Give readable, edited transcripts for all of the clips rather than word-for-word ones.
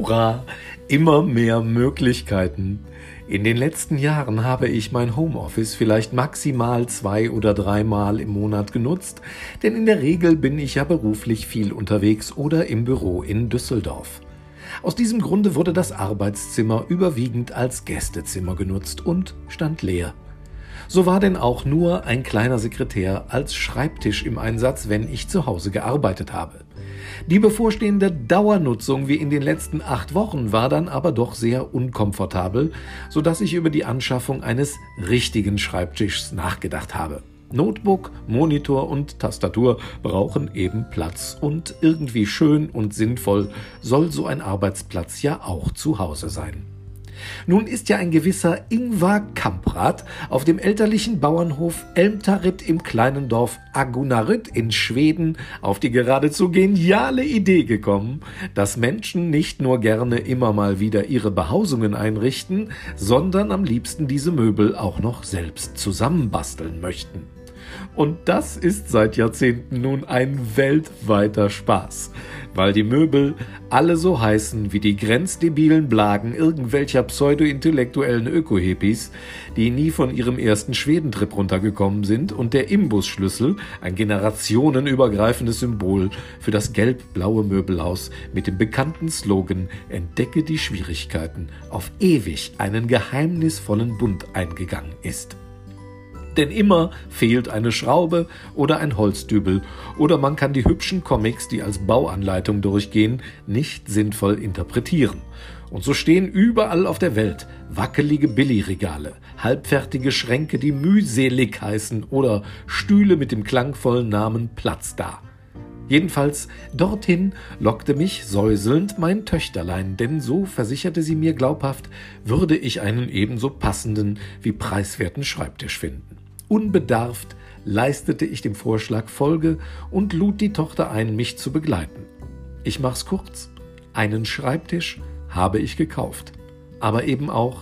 Hurra! Immer mehr Möglichkeiten. In den letzten Jahren habe ich mein Homeoffice vielleicht maximal 2 oder 3 Mal im Monat genutzt, denn in der Regel bin ich ja beruflich viel unterwegs oder im Büro in Düsseldorf. Aus diesem Grunde wurde das Arbeitszimmer überwiegend als Gästezimmer genutzt und stand leer. So war denn auch nur ein kleiner Sekretär als Schreibtisch im Einsatz, wenn ich zu Hause gearbeitet habe. Die bevorstehende Dauernutzung wie in den letzten 8 Wochen war dann aber doch sehr unkomfortabel, sodass ich über die Anschaffung eines richtigen Schreibtischs nachgedacht habe. Notebook, Monitor und Tastatur brauchen eben Platz und irgendwie schön und sinnvoll soll so ein Arbeitsplatz ja auch zu Hause sein. Nun ist ja ein gewisser Ingvar Kamprad auf dem elterlichen Bauernhof Elmtarit im kleinen Dorf Agunnaryd in Schweden auf die geradezu geniale Idee gekommen, dass Menschen nicht nur gerne immer mal wieder ihre Behausungen einrichten, sondern am liebsten diese Möbel auch noch selbst zusammenbasteln möchten. Und das ist seit Jahrzehnten nun ein weltweiter Spaß, weil die Möbel alle so heißen wie die grenzdebilen Blagen irgendwelcher pseudo-intellektuellen Öko-Hippies, die nie von ihrem ersten Schwedentrip runtergekommen sind und der Imbusschlüssel, ein generationenübergreifendes Symbol für das gelb-blaue Möbelhaus mit dem bekannten Slogan „Entdecke die Schwierigkeiten", auf ewig einen geheimnisvollen Bund eingegangen ist. Denn immer fehlt eine Schraube oder ein Holzdübel oder man kann die hübschen Comics, die als Bauanleitung durchgehen, nicht sinnvoll interpretieren. Und so stehen überall auf der Welt wackelige Billigregale, halbfertige Schränke, die mühselig heißen oder Stühle mit dem klangvollen Namen Platz da. Jedenfalls dorthin lockte mich säuselnd mein Töchterlein, denn so versicherte sie mir glaubhaft, würde ich einen ebenso passenden wie preiswerten Schreibtisch finden. Unbedarft leistete ich dem Vorschlag Folge und lud die Tochter ein, mich zu begleiten. Ich mach's kurz: Einen Schreibtisch habe ich gekauft, aber eben auch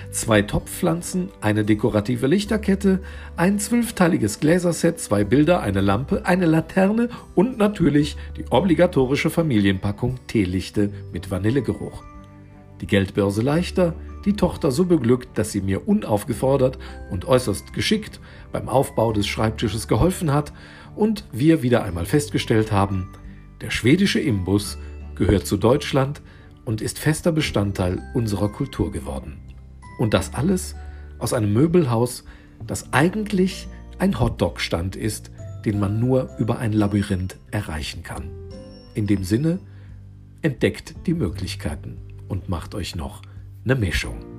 2 Topfpflanzen, eine dekorative Lichterkette, ein 12-teiliges Gläserset, 2 Bilder, eine Lampe, eine Laterne und natürlich die obligatorische Familienpackung Teelichte mit Vanillegeruch. Die Geldbörse leichter, die Tochter so beglückt, dass sie mir unaufgefordert und äußerst geschickt beim Aufbau des Schreibtisches geholfen hat und wir wieder einmal festgestellt haben, der schwedische Imbus gehört zu Deutschland und ist fester Bestandteil unserer Kultur geworden. Und das alles aus einem Möbelhaus, das eigentlich ein Hotdog-Stand ist, den man nur über ein Labyrinth erreichen kann. In dem Sinne, entdeckt die Möglichkeiten und macht euch noch eine Mischung.